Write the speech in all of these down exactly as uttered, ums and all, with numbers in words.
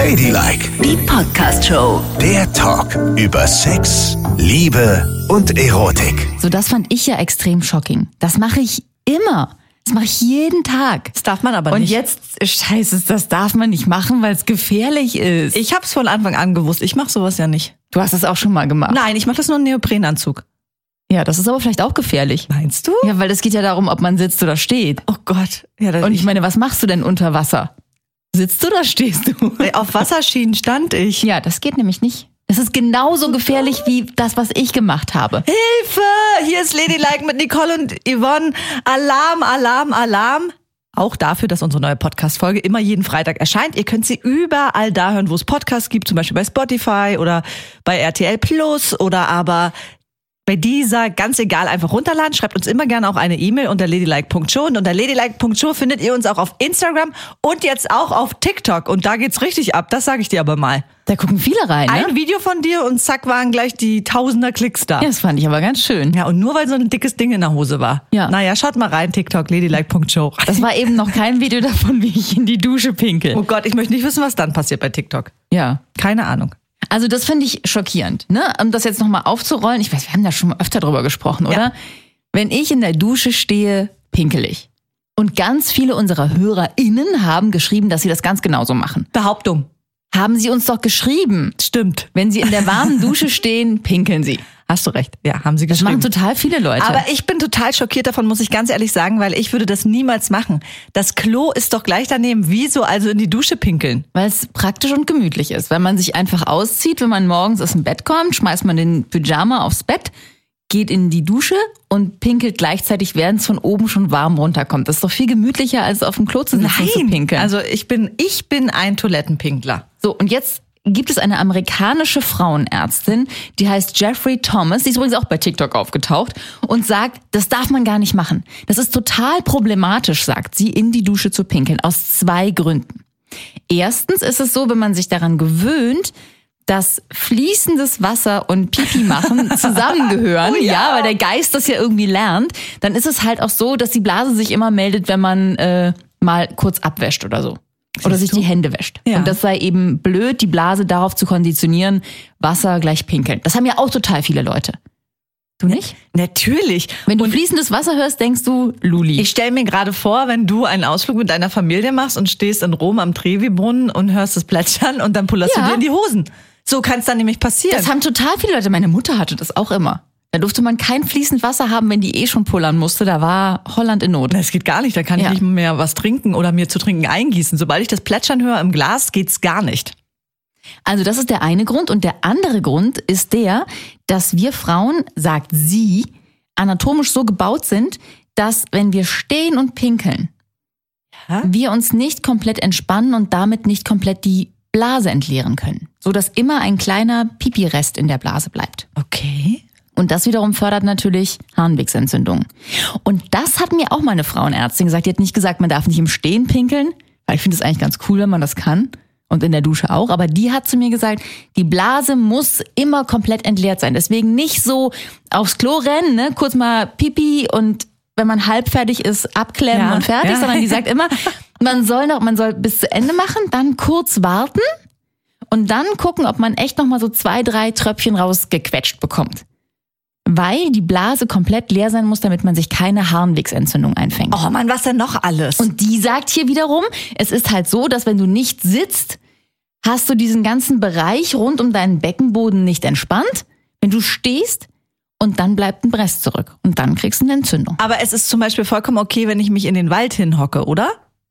Ladylike, Die Podcast-Show. der Talk über Sex, Liebe und Erotik. So, das fand ich ja extrem shocking. Das mache ich immer. Das mache ich jeden Tag. Das darf man aber Und nicht. jetzt, scheiße, das darf man nicht machen, weil es gefährlich ist. Ich hab's von Anfang an gewusst. Ich mache sowas ja nicht. Du hast es auch schon mal gemacht. Nein, ich mache das nur im Neoprenanzug. Ja, das ist aber vielleicht auch gefährlich. Meinst du? Ja, weil es geht ja darum, ob man sitzt oder steht. Oh Gott. Ja, das Und ich meine, was machst du denn unter Wasser? Sitzt du oder stehst du? auf Wasserschienen stand ich. Ja, das geht nämlich nicht. Es ist genauso gefährlich wie das, was ich gemacht habe. Hilfe! Hier ist Ladylike mit Nicole und Yvonne. Alarm, Alarm, Alarm. Auch dafür, dass unsere neue Podcast-Folge immer jeden Freitag erscheint. Ihr könnt sie überall da hören, wo es Podcasts gibt, zum Beispiel bei Spotify oder bei R T L Plus oder aber bei dieser, ganz egal, einfach runterladen. Schreibt uns immer gerne auch eine E-Mail unter ladylike punkt show. Und unter ladylike punkt show findet ihr uns auch auf Instagram und jetzt auch auf TikTok. Und da geht's richtig ab, das sage ich dir aber mal. Da gucken viele rein, ne? Ein Video von dir und zack waren gleich die tausender Klicks da. Ja, das fand ich aber ganz schön. Ja, und nur weil so ein dickes Ding in der Hose war. Ja. Naja, schaut mal rein, TikTok, ladylike punkt show. Das war eben noch kein Video davon, wie ich in die Dusche pinkel. Oh Gott, ich möchte nicht wissen, was dann passiert bei TikTok. Ja. Keine Ahnung. Also das finde ich schockierend, ne? Um das jetzt nochmal aufzurollen. Ich weiß, wir haben da schon mal öfter drüber gesprochen, oder? Ja. Wenn ich in der Dusche stehe, pinkel ich. Und ganz viele unserer HörerInnen haben geschrieben, dass sie das ganz genauso machen. Behauptung. Haben sie uns doch geschrieben. Stimmt. Wenn sie in der warmen Dusche stehen, pinkeln sie. Hast du recht. Ja, haben sie Das geschrieben. machen total viele Leute. Aber ich bin total schockiert davon, muss ich ganz ehrlich sagen, weil ich würde das niemals machen. Das Klo ist doch gleich daneben. Wieso also in die Dusche pinkeln? Weil es praktisch und gemütlich ist. Weil man sich einfach auszieht, wenn man morgens aus dem Bett kommt, schmeißt man den Pyjama aufs Bett, geht in die Dusche und pinkelt gleichzeitig, während es von oben schon warm runterkommt. Das ist doch viel gemütlicher, als auf dem Klo zu sitzen und zu pinkeln. Also ich bin, ich bin ein Toilettenpinkler. So, und jetzt gibt es eine amerikanische Frauenärztin, die heißt Jeffrey Thomas, die ist übrigens auch bei TikTok aufgetaucht und sagt, das darf man gar nicht machen. Das ist total problematisch, sagt sie, in die Dusche zu pinkeln, aus zwei Gründen. Erstens ist es so, wenn man sich daran gewöhnt, dass fließendes Wasser und Pipi machen zusammengehören, Oh ja. ja, weil der Geist das ja irgendwie lernt, dann ist es halt auch so, dass die Blase sich immer meldet, wenn man äh, mal kurz abwäscht oder so. Oder sich die Hände wäscht. Ja. Und das sei eben blöd, die Blase darauf zu konditionieren, Wasser gleich pinkeln. Das haben ja auch total viele Leute. Du nicht? Natürlich. Wenn du fließendes Wasser hörst, denkst du, Luli. Ich stelle mir gerade vor, wenn du einen Ausflug mit deiner Familie machst und stehst in Rom am Trevi-Brunnen und hörst es plätschern und dann pullerst Ja. du dir in die Hosen. So kann es dann nämlich passieren. Das haben total viele Leute. Meine Mutter hatte das auch immer. Da durfte man kein fließend Wasser haben, wenn die eh schon pullern musste. Da war Holland in Not. Das geht gar nicht. Da kann Ja. ich nicht mehr was trinken oder mir zu trinken eingießen. Sobald ich das Plätschern höre im Glas, geht's gar nicht. Also das ist der eine Grund. Und der andere Grund ist der, dass wir Frauen, sagt sie, anatomisch so gebaut sind, dass wenn wir stehen und pinkeln, Ja? wir uns nicht komplett entspannen und damit nicht komplett die Blase entleeren können. So dass immer ein kleiner Pipi-Rest in der Blase bleibt. Okay. Und das wiederum fördert natürlich Harnwegsentzündungen. Und das hat mir auch meine Frauenärztin gesagt. Die hat nicht gesagt, man darf nicht im Stehen pinkeln, weil ich finde es eigentlich ganz cool, wenn man das kann. Und in der Dusche auch. Aber die hat zu mir gesagt, die Blase muss immer komplett entleert sein. Deswegen nicht so aufs Klo rennen, ne? Kurz mal Pipi und wenn man halb fertig ist, abklemmen Ja, und fertig. ja. Sondern die sagt immer, man soll noch, man soll bis zu Ende machen, dann kurz warten und dann gucken, ob man echt noch mal so zwei, drei Tröpfchen rausgequetscht bekommt. Weil die Blase komplett leer sein muss, damit man sich keine Harnwegsentzündung einfängt. Oh Mann, was denn noch alles? Und die sagt hier wiederum, es ist halt so, dass wenn du nicht sitzt, hast du diesen ganzen Bereich rund um deinen Beckenboden nicht entspannt. Wenn du stehst und dann bleibt ein Brest zurück und dann kriegst du eine Entzündung. Aber es ist zum Beispiel vollkommen okay, wenn ich mich in den Wald hinhocke, oder?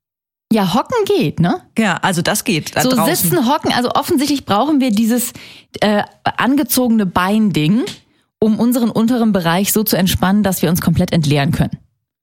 Ja, hocken geht, ne? Ja, also das geht da So draußen. sitzen, hocken, also offensichtlich brauchen wir dieses äh, angezogene Beinding, um unseren unteren Bereich so zu entspannen, dass wir uns komplett entleeren können.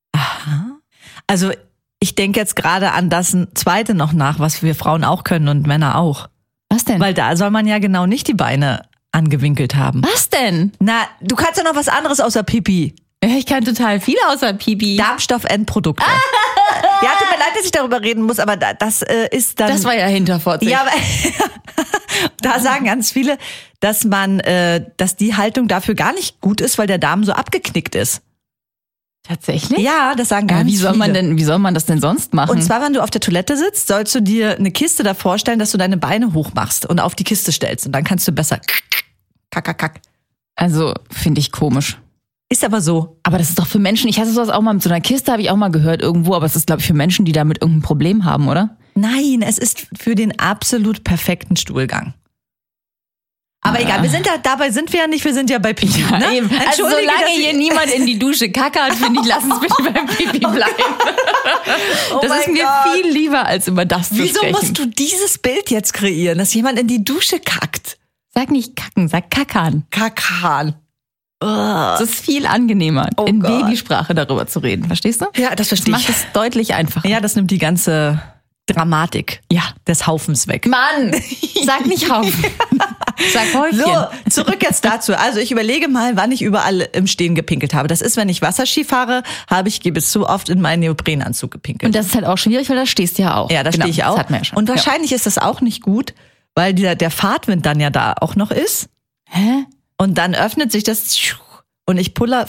Also ich denke jetzt gerade an das zweite noch nach, was wir Frauen auch können und Männer auch. Was denn? Weil da soll man ja genau nicht die Beine angewinkelt haben. Was denn? Na, du kannst ja noch was anderes außer Pipi. Ich kann total viel außer Pipi. Darmstoffendprodukte. Ja, tut mir leid, dass ich darüber reden muss, aber da- das äh, ist dann... Das war ja hinterfotzig. Ja, aber da sagen ganz viele, dass man, äh, dass die Haltung dafür gar nicht gut ist, weil der Darm so abgeknickt ist. Tatsächlich? Ja, das sagen Aber ganz wie soll man viele. denn, wie soll man das denn sonst machen? Und zwar, wenn du auf der Toilette sitzt, sollst du dir eine Kiste davor stellen, dass du deine Beine hochmachst und auf die Kiste stellst. Und dann kannst du besser kack, kack, kack. Also, finde ich komisch. Ist aber so. Aber das ist doch für Menschen, ich hatte sowas auch mal mit so einer Kiste, habe ich auch mal gehört irgendwo, aber es ist, glaube ich, für Menschen, die damit irgendein Problem haben, oder? Nein, es ist für den absolut perfekten Stuhlgang. Aber Ah. egal, wir sind da, dabei sind wir ja nicht, wir sind ja bei Pipi. Ja, ne? eben. Also Entschuldige, solange dass ich- hier niemand in die Dusche Kacke hat, finde ich, lass uns bitte beim Pipi bleiben. Oh das mein ist mir Gott. viel lieber, als über das zu Wieso sprechen. musst du dieses Bild jetzt kreieren, dass jemand in die Dusche kackt? Sag nicht kacken, sag kackern. Kakan. Das ist viel angenehmer, Oh in Gott. Babysprache darüber zu reden. Verstehst du? Ja, das Das verstehe macht ich. es deutlich einfacher. Ja, das nimmt die ganze Dramatik Ja. des Haufens weg. Mann, sag nicht Haufen. Sag Häufchen. So, zurück jetzt dazu. Also ich überlege mal, wann ich überall im Stehen gepinkelt habe. Das ist, wenn ich Wasserski fahre, habe ich, gebe es zu, oft in meinen Neoprenanzug gepinkelt. Und das ist halt auch schwierig, weil da stehst du ja auch. ja, da Genau, stehe ich auch. Das hatten wir ja schon. Und wahrscheinlich ist das auch nicht gut, weil dieser, der Fahrtwind dann ja da auch noch ist. Ja. Hä? Und dann öffnet sich das und ich puller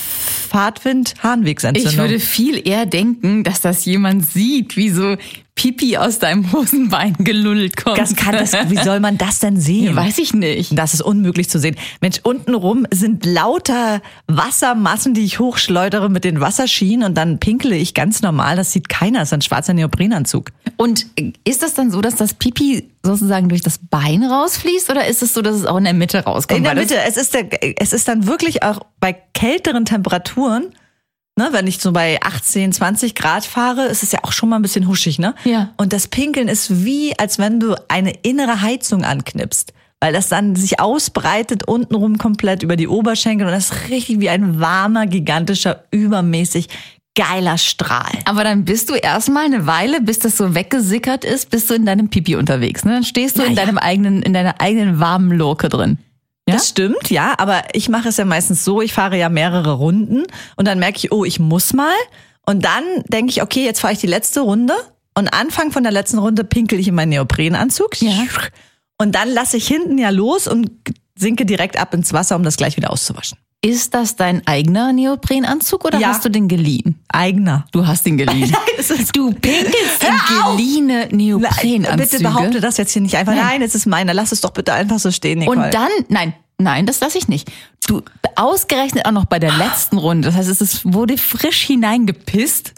Fahrtwind Harnwegsentzündung. Ich würde viel eher denken, dass das jemand sieht, wie so Pipi aus deinem Hosenbein gelullelt kommt. das kann das, wie soll man das denn sehen? Weiß ich nicht. Das ist unmöglich zu sehen. Mensch, untenrum sind lauter Wassermassen, die ich hochschleudere mit den Wasserskien und dann pinkele ich ganz normal. Das sieht keiner. Das ist ein schwarzer Neoprenanzug. Und ist das dann so, dass das Pipi sozusagen durch das Bein rausfließt oder ist es so, dass es auch in der Mitte rauskommt? In der Weil das- Mitte. Es ist, der, es ist dann wirklich auch bei kälteren Temperaturen, ne, wenn ich so bei achtzehn, zwanzig Grad fahre, ist es ja auch schon mal ein bisschen huschig, ne? Ja. Und das Pinkeln ist wie, als wenn du eine innere Heizung anknipst. Weil das dann sich ausbreitet untenrum komplett über die Oberschenkel und das ist richtig wie ein warmer, gigantischer, übermäßig geiler Strahl. Aber dann bist du erstmal eine Weile, bis das so weggesickert ist, bist du in deinem Pipi unterwegs. Ne? Dann stehst du Ja, in ja. deinem eigenen, in deiner eigenen warmen Lurke drin. Ja? Das stimmt, ja, aber ich mache es ja meistens so, ich fahre ja mehrere Runden und dann merke ich, oh, ich muss mal. Und dann denke ich, okay, jetzt fahre ich die letzte Runde und Anfang von der letzten Runde pinkel ich in meinen Neoprenanzug. Ja. Und dann lasse ich hinten ja los und sinke direkt ab ins Wasser, um das gleich wieder auszuwaschen. Ist das dein eigener Neoprenanzug oder Ja. hast du den geliehen? Eigener. Du hast den geliehen. Du pinkelst in Hör auf! geliehene Neoprenanzüge. Bitte behaupte das jetzt hier nicht einfach. Nein. Nein, es ist meiner. Lass es doch bitte einfach so stehen, Nicole. Und dann, nein, nein, das lasse ich nicht. Du, ausgerechnet auch noch bei der letzten Runde, das heißt, es ist, wurde frisch hineingepisst.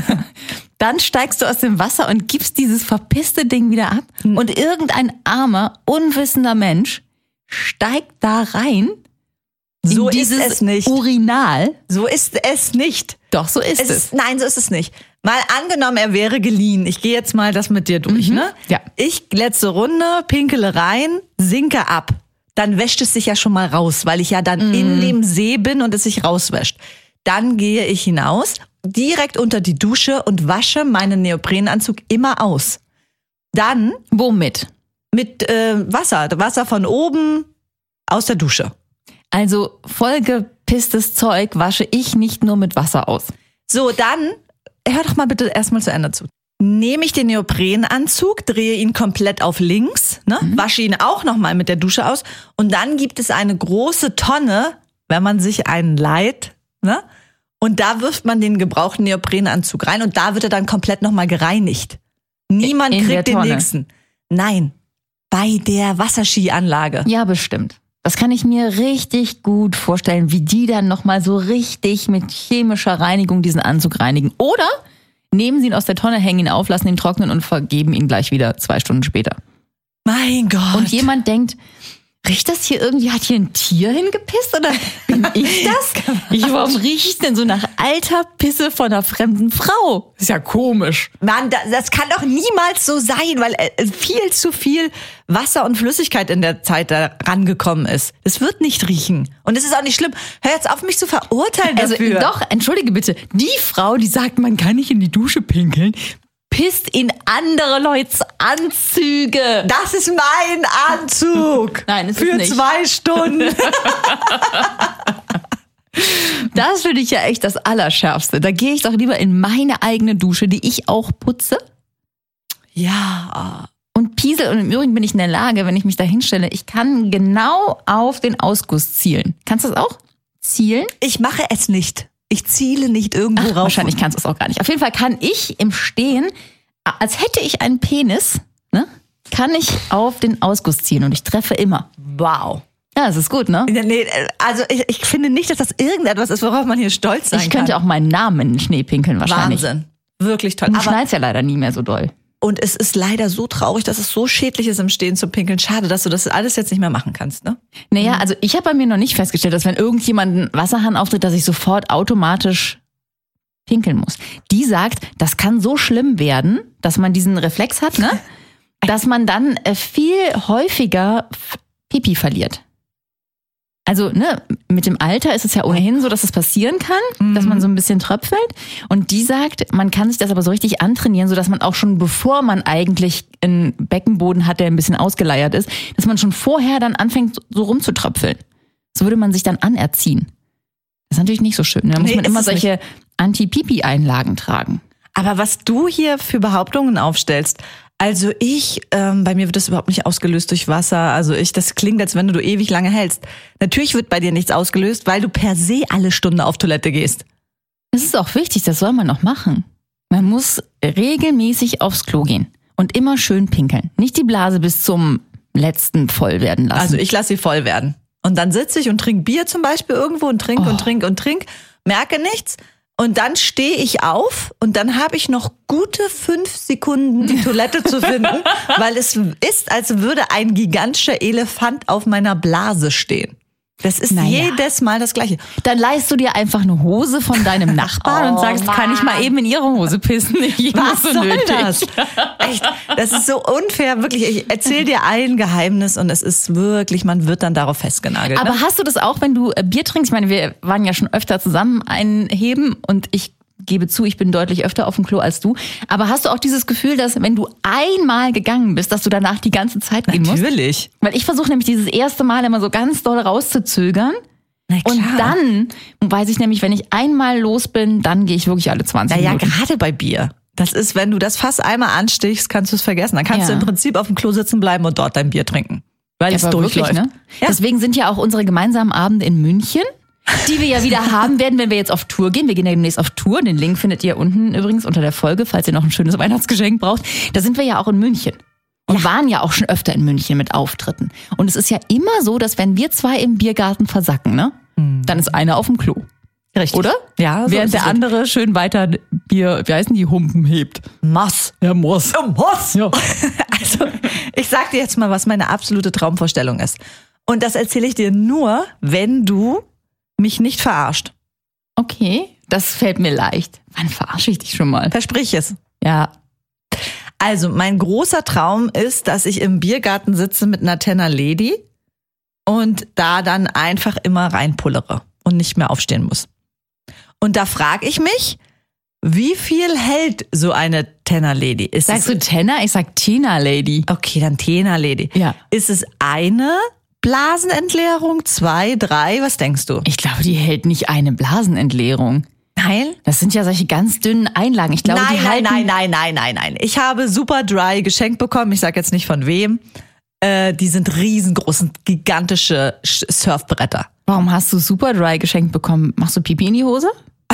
Dann steigst du aus dem Wasser und gibst dieses verpisste Ding wieder ab. Und irgendein armer, unwissender Mensch steigt da rein. So in ist dieses es nicht. Urinal. So ist es nicht. Doch, so ist Es es. ist, nein, so ist es nicht. Mal angenommen, er wäre geliehen. Ich gehe jetzt mal das mit dir durch, ne? Ja. Ich, letzte Runde, pinkele rein, sinke ab. Dann wäscht es sich ja schon mal raus, weil ich ja dann in dem See bin und es sich rauswäscht. Dann gehe ich hinaus, direkt unter die Dusche und wasche meinen Neoprenanzug immer aus. Dann Womit? mit äh, Wasser, Wasser von oben aus der Dusche. Also vollgepisstes Zeug wasche ich nicht nur mit Wasser aus. So, dann, hör doch mal bitte erstmal zu Ende zu. Nehme ich den Neoprenanzug, drehe ihn komplett auf links, ne? Wasche ihn auch nochmal mit der Dusche aus und dann gibt es eine große Tonne, wenn man sich einen leiht, ne? Und da wirft man den gebrauchten Neoprenanzug rein und da wird er dann komplett nochmal gereinigt. Niemand In der kriegt den Tonne? nächsten. Nein, bei der Wasserskianlage. Ja, bestimmt. Das kann ich mir richtig gut vorstellen, wie die dann nochmal so richtig mit chemischer Reinigung diesen Anzug reinigen. Oder nehmen sie ihn aus der Tonne, hängen ihn auf, lassen ihn trocknen und vergeben ihn gleich wieder zwei Stunden später. Mein Gott. Und jemand denkt, riecht das hier irgendwie, hat hier ein Tier hingepisst oder bin ich das? Ich, warum riecht denn so nach alter Pisse von einer fremden Frau? Ist ja komisch. Mann, das, das kann doch niemals so sein, weil äh, viel zu viel Wasser und Flüssigkeit in der Zeit da rangekommen ist. Es wird nicht riechen. Und es ist auch nicht schlimm. Hör jetzt auf, mich zu verurteilen Also dafür. doch, entschuldige bitte, die Frau, die sagt, man kann nicht in die Dusche pinkeln, pisst in andere Leute's Anzüge. Das ist mein Anzug. Nein, ist es Für nicht. zwei Stunden. Das finde ich ja echt das Allerschärfste. Da gehe ich doch lieber in meine eigene Dusche, die ich auch putze Ja. und piesel. Und im Übrigen bin ich in der Lage, wenn ich mich da hinstelle, ich kann genau auf den Ausguss zielen. Kannst du das auch? Zielen? Ich mache es nicht. Ich ziele nicht irgendwo Ach, rauf. wahrscheinlich kannst du es auch gar nicht. Auf jeden Fall kann ich im Stehen, als hätte ich einen Penis, ne, kann ich auf den Ausguss ziehen und ich treffe immer. Wow. Ja, das ist gut, ne? Nee, also ich, ich finde nicht, dass das irgendetwas ist, worauf man hier stolz sein kann. Ich könnte kann. auch meinen Namen in den Schnee pinkeln wahrscheinlich. Wahnsinn. Wirklich toll. Du Aber, schnallst ja leider nie mehr so doll. und es ist leider so traurig, dass es so schädlich ist, im Stehen zu pinkeln. Schade, dass du das alles jetzt nicht mehr machen kannst, ne? Naja, also ich habe bei mir noch nicht festgestellt, dass wenn irgendjemand einen Wasserhahn auftritt, dass ich sofort automatisch pinkeln muss. Die sagt, das kann so schlimm werden, dass man diesen Reflex hat, ne? Dass man dann viel häufiger Pipi verliert. Also, ne, mit dem Alter ist es ja ohnehin so, dass es passieren kann, mhm. dass man so ein bisschen tröpfelt. Und die sagt, man kann sich das aber so richtig antrainieren, sodass man auch schon, bevor man eigentlich einen Beckenboden hat, der ein bisschen ausgeleiert ist, dass man schon vorher dann anfängt, so rumzutröpfeln. So würde man sich dann anerziehen. Das ist natürlich nicht so schön. Da muss Nee, man ist immer es solche Anti-Pipi-Einlagen tragen. Aber was du hier für Behauptungen aufstellst, also ich, ähm, bei mir wird das überhaupt nicht ausgelöst durch Wasser. Also ich, das klingt, als wenn du, du ewig lange hältst. Natürlich wird bei dir nichts ausgelöst, weil du per se alle Stunde auf Toilette gehst. Das ist auch wichtig, das soll man auch machen. Man muss regelmäßig aufs Klo gehen und immer schön pinkeln. Nicht die Blase bis zum letzten voll werden lassen. Also ich lasse sie voll werden. Und dann sitze ich und trinke Bier zum Beispiel irgendwo und trinke Oh. und trinke und trinke, merke nichts. Und dann stehe ich auf und dann habe ich noch gute fünf Sekunden die Toilette zu finden, weil es ist, als würde ein gigantischer Elefant auf meiner Blase stehen. Das ist Naja. jedes Mal das Gleiche. Dann leihst du dir einfach eine Hose von deinem Nachbarn Oh, und sagst, kann ich mal eben in ihre Hose pissen? Ich Was so soll nötig. das? Echt, das ist so unfair. Wirklich, ich erzähle dir ein Geheimnis und es ist wirklich, man wird dann darauf festgenagelt. Aber ne? hast du das auch, wenn du äh, Bier trinkst? Ich meine, wir waren ja schon öfter zusammen einheben und ich gebe zu, ich bin deutlich öfter auf dem Klo als du. Aber hast du auch dieses Gefühl, dass wenn du einmal gegangen bist, dass du danach die ganze Zeit gehen musst? Natürlich. Weil ich versuche nämlich dieses erste Mal immer so ganz doll rauszuzögern. Na klar. Und dann weiß ich nämlich, wenn ich einmal los bin, dann gehe ich wirklich alle zwanzig Naja, Minuten. gerade bei Bier. Das ist, wenn du das Fass einmal anstichst, kannst du es vergessen. Dann kannst Ja. du im Prinzip auf dem Klo sitzen bleiben und dort dein Bier trinken. Weil es Aber durchläuft. wirklich, ne? Ja. Deswegen sind ja auch unsere gemeinsamen Abende in München, die wir ja wieder haben werden, wenn wir jetzt auf Tour gehen. Wir gehen ja demnächst auf Tour. Den Link findet ihr unten übrigens unter der Folge, falls ihr noch ein schönes Weihnachtsgeschenk braucht. Da sind wir ja auch in München. Und waren ja auch schon öfter in München mit Auftritten. Und es ist ja immer so, dass wenn wir zwei im Biergarten versacken, ne, dann ist einer auf dem Klo. Richtig. Oder? Ja, so Während ist der es. andere schön weiter Bier, wie heißen die, Humpen hebt. Moss. Ja, muss. Moss. Ja. Also, ich sag dir jetzt mal, was meine absolute Traumvorstellung ist. Und das erzähle ich dir nur, wenn du mich nicht verarscht. Okay, das fällt mir leicht. Wann verarsche ich dich schon mal? Versprich es. Ja. Also, mein großer Traum ist, dass ich im Biergarten sitze mit einer Tenor Lady und da dann einfach immer reinpullere und nicht mehr aufstehen muss. Und da frage ich mich, wie viel hält so eine Tenor Lady? Ist Sagst es, du Tenor? Ich sag Tina Lady. okay, dann Tenor Lady. Ja. Ist es eine Blasenentleerung, zwei, drei? Was denkst du? Ich glaube, die hält nicht eine Blasenentleerung. Nein? Das sind ja solche ganz dünnen Einlagen. Ich glaube, Nein, die nein, halten. nein, nein, nein, nein, nein. Ich habe Super Dry geschenkt bekommen. Ich sage jetzt nicht von wem. Äh, die sind riesengroß, sind gigantische Sch- Surfbretter. Warum hast du Superdry geschenkt bekommen? Machst du Pipi in die Hose?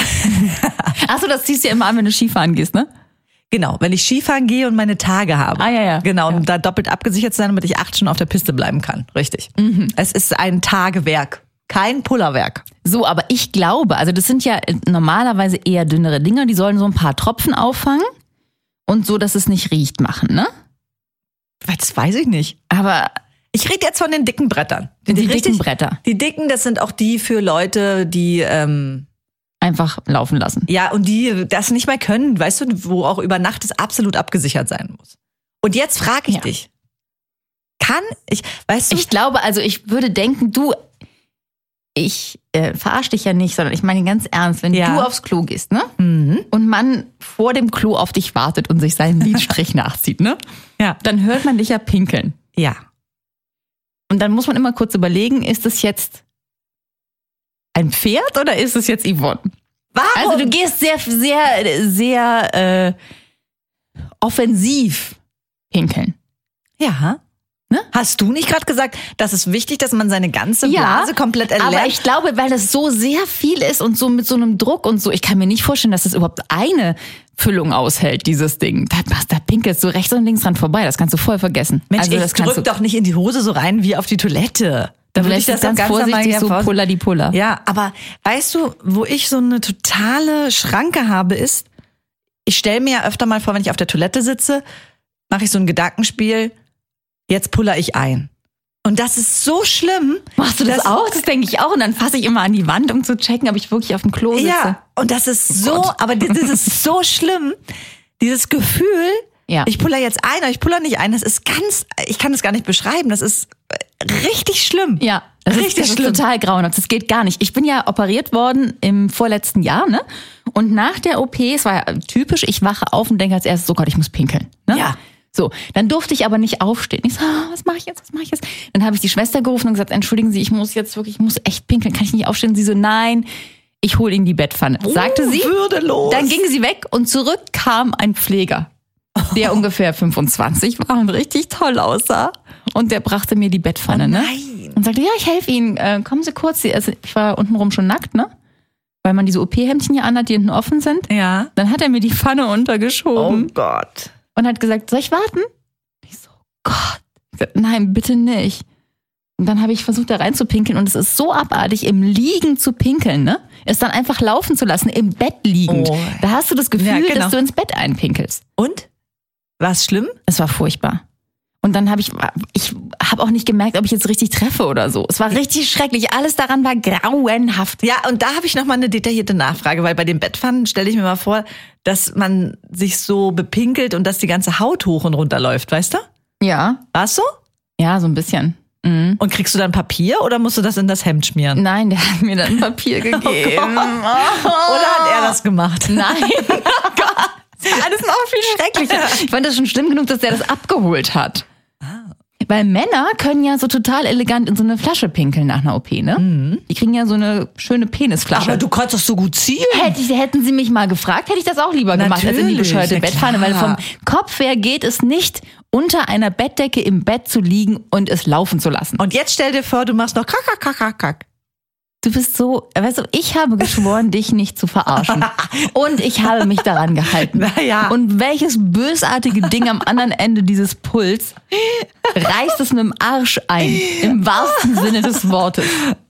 Achso, das ziehst du ja immer an, wenn du Skifahren gehst, ne? Genau, wenn ich Skifahren gehe und meine Tage habe. Ah, ja, ja. Genau, um Ja. da doppelt abgesichert zu sein, damit ich acht Stunden auf der Piste bleiben kann. Richtig. Mhm. Es ist ein Tagewerk, kein Pullerwerk. So, aber ich glaube, also das sind ja normalerweise eher dünnere Dinger, die sollen so ein paar Tropfen auffangen und so, dass es nicht riecht machen, ne? Das weiß ich nicht. Aber Ich rede jetzt von den dicken Brettern. die, dicken richtig- Bretter Die dicken, das sind auch die für Leute, die ähm, einfach laufen lassen. ja und die das nicht mehr können, weißt du, wo auch über Nacht es absolut abgesichert sein muss. Und jetzt frage ich Ja. dich, kann ich, weißt du, Ich glaube, also ich würde denken, du, ich äh, verarsch dich ja nicht, sondern ich meine ganz ernst, wenn Ja. du aufs Klo gehst, ne? Mhm. Und man vor dem Klo auf dich wartet und sich seinen Lidstrich nachzieht, ne? Ja. Dann hört man dich ja pinkeln. ja, Und dann muss man immer kurz überlegen, ist es jetzt ein Pferd oder ist es jetzt Yvonne? warum? Also du gehst sehr, sehr, sehr äh, offensiv pinkeln. ja, Ne? Hast du nicht gerade gesagt, das ist wichtig, dass man seine ganze Blase komplett erlernt? Aber ich glaube, weil das so sehr viel ist und so mit so einem Druck und so, ich kann mir nicht vorstellen, dass das überhaupt eine Füllung aushält, dieses Ding. Da, da pinkelst du rechts und links dran vorbei, das kannst du voll vergessen. Mensch, also, ich das kannst drück du, doch nicht in die Hose so rein wie auf die Toilette. Da würde ich das ganz, ganz vorsichtig so puller puller die puller. Ja, aber weißt du, wo ich so eine totale Schranke habe, ist, ich stelle mir ja öfter mal vor, wenn ich auf der Toilette sitze, mache ich so ein Gedankenspiel, jetzt puller ich ein. Und das ist so schlimm. Machst du das dass, auch? Das denke ich auch. Und dann fasse ich immer an die Wand, um zu checken, ob ich wirklich auf dem Klo sitze. Ja, und das ist Oh so, Gott. aber das ist so schlimm. Dieses Gefühl, Ja. ich puller jetzt ein, aber ich puller nicht ein, das ist ganz, ich kann das gar nicht beschreiben, das ist richtig schlimm. Ja, das, Richtig ist, das ist schlimm. total grauenhaft. Das geht gar nicht. Ich bin ja operiert worden im vorletzten Jahr, ne? Und nach der O P, es war ja typisch, ich wache auf und denke als erstes, oh Gott, ich muss pinkeln. Ne? Ja. So, dann durfte ich aber nicht aufstehen. Ich so, ah, was mache ich jetzt, was mache ich jetzt? Dann habe ich die Schwester gerufen und gesagt, entschuldigen Sie, ich muss jetzt wirklich, ich muss echt pinkeln, kann ich nicht aufstehen? Sie so, nein, ich hole Ihnen die Bettpfanne. Sagte sie. Würdelos. Dann ging sie weg und zurück kam ein Pfleger, der ungefähr fünfundzwanzig war und richtig toll aussah. Und der brachte mir die Bettpfanne, Oh ne? nein. Und sagte, ja, ich helfe Ihnen. Äh, kommen Sie kurz. Sie, also ich war untenrum schon nackt, ne? Weil man diese O P-Hemdchen hier anhat, die hinten offen sind. Ja. Dann hat er mir die Pfanne untergeschoben Oh Gott. und hat gesagt, soll ich warten? Ich so, Gott. Ich sag, nein, bitte nicht. Und dann habe ich versucht, da rein zu pinkeln. Und es ist so abartig, im Liegen zu pinkeln, ne? Es dann einfach laufen zu lassen, im Bett liegend. Oh. Da hast du das Gefühl, Ja, genau. dass du ins Bett einpinkelst. Und? War es schlimm? Es war furchtbar. Und dann habe ich, ich habe auch nicht gemerkt, ob ich jetzt richtig treffe oder so. Es war richtig schrecklich. Alles daran war grauenhaft. Ja, und da habe ich noch mal eine detaillierte Nachfrage, weil bei den Bettpfannen stelle ich mir mal vor, dass man sich so bepinkelt und dass die ganze Haut hoch und runter läuft, weißt du? Ja, War's so? ja, so ein bisschen. Mhm. Und kriegst du dann Papier oder musst du das in das Hemd schmieren? Nein, der hat mir dann Papier gegeben. Oder hat er das gemacht? Nein, oh Gott. Das war alles noch viel schrecklicher. Ich fand das schon schlimm genug, dass der das abgeholt hat. Weil Männer können ja so total elegant in so eine Flasche pinkeln nach einer O P, ne? Die kriegen ja so eine schöne Penisflasche. Aber du konntest doch so gut zielen. Hätte ich, hätten sie mich mal gefragt, hätte ich das auch lieber gemacht als in die Natürlich, bescheuerte na Bettpfanne. Weil klar. vom Kopf her geht es nicht, unter einer Bettdecke im Bett zu liegen und es laufen zu lassen. Und jetzt stell dir vor, du machst noch kack, kack, kack, kack, kack. Du bist so, weißt du, ich habe geschworen, dich nicht zu verarschen. Und ich habe mich daran gehalten. Na ja. Und welches bösartige Ding am anderen Ende dieses Puls reißt es mit dem Arsch ein. Im wahrsten Sinne des Wortes.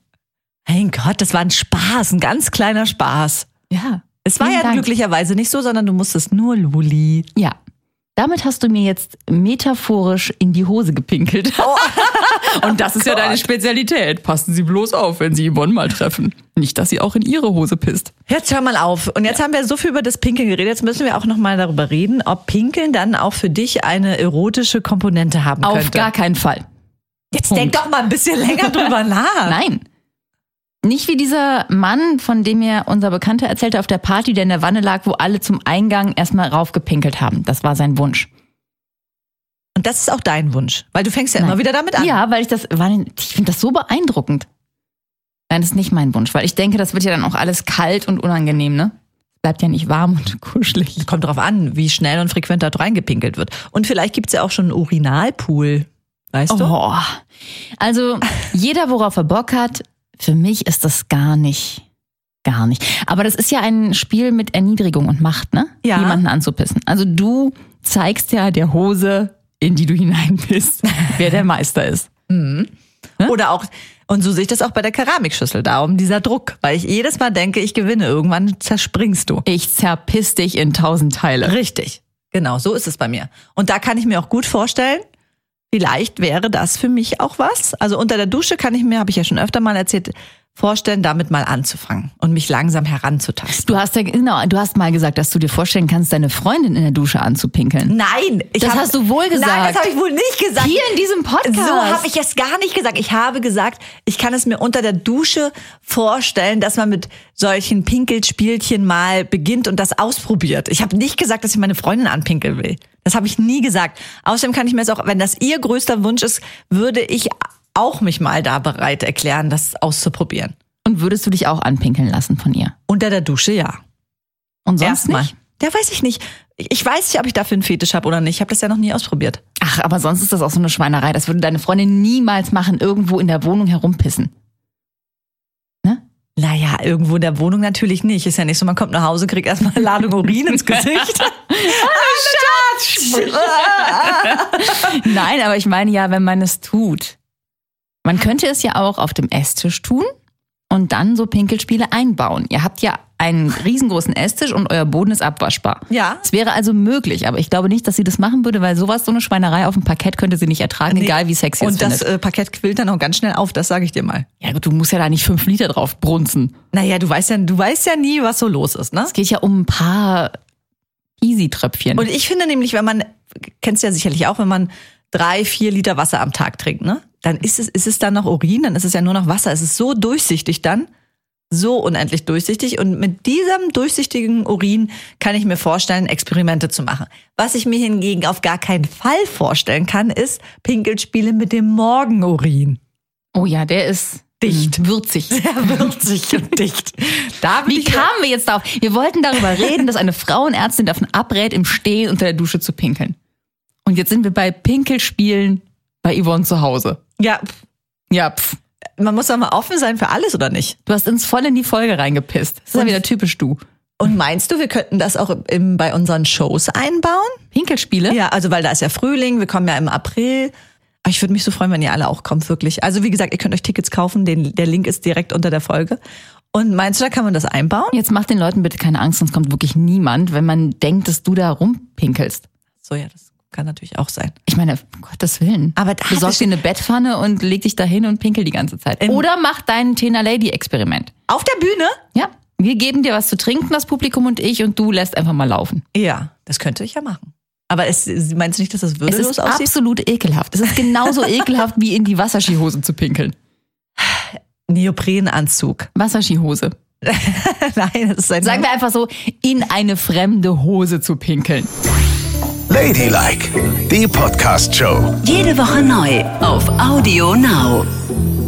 Mein Gott, das war ein Spaß, ein ganz kleiner Spaß. Ja. Es war Vielen ja Dank. glücklicherweise nicht so, sondern du musstest nur Luli. Ja. Damit hast du mir jetzt metaphorisch in die Hose gepinkelt. Und das ist ja deine Spezialität. Passen Sie bloß auf, wenn Sie Yvonne mal treffen. Nicht, dass sie auch in ihre Hose pisst. Jetzt hör mal auf. Und jetzt haben wir so viel über das Pinkeln geredet. Jetzt müssen wir auch noch mal darüber reden, ob Pinkeln dann auch für dich eine erotische Komponente haben Auf könnte. gar keinen Fall. Jetzt Punkt. denk doch mal ein bisschen länger drüber nach. Nein. Nicht wie dieser Mann, von dem mir unser Bekannter erzählte auf der Party, der in der Wanne lag, wo alle zum Eingang erstmal raufgepinkelt haben. Das war sein Wunsch. Und das ist auch dein Wunsch, weil du fängst ja Nein. immer wieder damit an. Ja, weil ich das, weil ich finde das so beeindruckend. Nein, das ist nicht mein Wunsch, weil ich denke, das wird ja dann auch alles kalt und unangenehm, ne? Bleibt ja nicht warm und kuschelig. Kommt drauf an, wie schnell und frequent dort reingepinkelt wird. Und vielleicht gibt's ja auch schon einen Urinalpool. Weißt du? Oh. Also, jeder, worauf er Bock hat, für mich ist das gar nicht, gar nicht. Aber das ist ja ein Spiel mit Erniedrigung und Macht, ne? Ja. Jemanden anzupissen. Also du zeigst ja der Hose, in die du hineinpisst, wer der Meister ist. Oder auch, und so sehe ich das auch bei der Keramikschüssel, darum dieser Druck. Weil ich jedes Mal denke, ich gewinne, irgendwann zerspringst du. Ich zerpiss dich in tausend Teile. Richtig. Genau, so ist es bei mir. Und da kann ich mir auch gut vorstellen, vielleicht wäre das für mich auch was. Also unter der Dusche kann ich mir, habe ich ja schon öfter mal erzählt, vorstellen, damit mal anzufangen und mich langsam heranzutasten. Du hast ja, genau, du hast mal gesagt, dass du dir vorstellen kannst, deine Freundin in der Dusche anzupinkeln. Nein, ich Das hab, hast du wohl gesagt. Nein, das habe ich wohl nicht gesagt. Hier in diesem Podcast. So habe ich es gar nicht gesagt. Ich habe gesagt, ich kann es mir unter der Dusche vorstellen, dass man mit solchen Pinkelspielchen mal beginnt und das ausprobiert. Ich habe nicht gesagt, dass ich meine Freundin anpinkeln will. Das habe ich nie gesagt. Außerdem kann ich mir jetzt auch, wenn das ihr größter Wunsch ist, würde ich auch mich mal da bereit erklären, das auszuprobieren. Und würdest du dich auch anpinkeln lassen von ihr? Unter der Dusche, ja. Und sonst Erstmal. nicht? Ja, weiß ich nicht. Ich weiß nicht, ob ich dafür einen Fetisch habe oder nicht. Ich habe das ja noch nie ausprobiert. Ach, aber sonst ist das auch so eine Schweinerei. Das würde deine Freundin niemals machen, irgendwo in der Wohnung herumpissen. Ne? Naja, irgendwo in der Wohnung natürlich nicht. Ist ja nicht so, man kommt nach Hause, kriegt erstmal eine Ladung Urin ins Gesicht. Nein, aber ich meine ja, wenn man es tut. Man könnte es ja auch auf dem Esstisch tun und dann so Pinkelspiele einbauen. Ihr habt ja einen riesengroßen Esstisch und euer Boden ist abwaschbar. Ja. Es wäre also möglich, aber ich glaube nicht, dass sie das machen würde, weil sowas, so eine Schweinerei auf dem Parkett könnte sie nicht ertragen, nee. Egal wie sexy es Und das findet. äh, Parkett quillt dann auch ganz schnell auf, das sage ich dir mal. Ja gut, du musst ja da nicht fünf Liter drauf brunzen. Naja, du weißt ja, du weißt ja nie, was so los ist, ne? Es geht ja um ein paar Easy-Tröpfchen. Und ich finde nämlich, wenn man, kennst du ja sicherlich auch, wenn man drei, vier Liter Wasser am Tag trinkt, ne? Dann ist es, ist es dann noch Urin, dann ist es ja nur noch Wasser. Es ist so durchsichtig dann, so unendlich durchsichtig. Und mit diesem durchsichtigen Urin kann ich mir vorstellen, Experimente zu machen. Was ich mir hingegen auf gar keinen Fall vorstellen kann, ist Pinkelspiele mit dem Morgenurin. Oh ja, der ist dicht. Würzig. Sehr würzig und dicht. Da Wie kamen wir jetzt darauf? Wir wollten darüber reden, dass eine Frauenärztin davon abrät, im Stehen unter der Dusche zu pinkeln. Und jetzt sind wir bei Pinkelspielen bei Yvonne zu Hause. Ja. Ja, pff. Man muss doch mal offen sein für alles, oder nicht? Du hast uns voll in die Folge reingepisst. Das ist ja wieder typisch du. Und meinst du, wir könnten das auch im, bei unseren Shows einbauen? Pinkelspiele? Ja, also weil da ist ja Frühling, wir kommen ja im April. Ich würde mich so freuen, wenn ihr alle auch kommt, wirklich. Also wie gesagt, ihr könnt euch Tickets kaufen, den, der Link ist direkt unter der Folge. Und meinst du, da kann man das einbauen? Jetzt mach den Leuten bitte keine Angst, sonst kommt wirklich niemand, wenn man denkt, dass du da rumpinkelst. So, ja, das kann natürlich auch sein. Ich meine, um Gottes Willen. Aber da besorg dir eine Bettpfanne und leg dich da hin und pinkel die ganze Zeit. Oder mach dein Tena Lady Experiment. Auf der Bühne? Ja. Wir geben dir was zu trinken, das Publikum und ich, und du lässt einfach mal laufen. Ja, das könnte ich ja machen. Aber es, meinst du nicht, dass das würdelos aussieht? Es ist absolut ekelhaft. Es ist genauso ekelhaft, wie in die Wasserskihose zu pinkeln. Neoprenanzug. Wasserskihose. Nein, das ist ein... Sagen wir einfach so, in eine fremde Hose zu pinkeln. Ladylike, die Podcast-Show. Jede Woche neu auf Audio Now.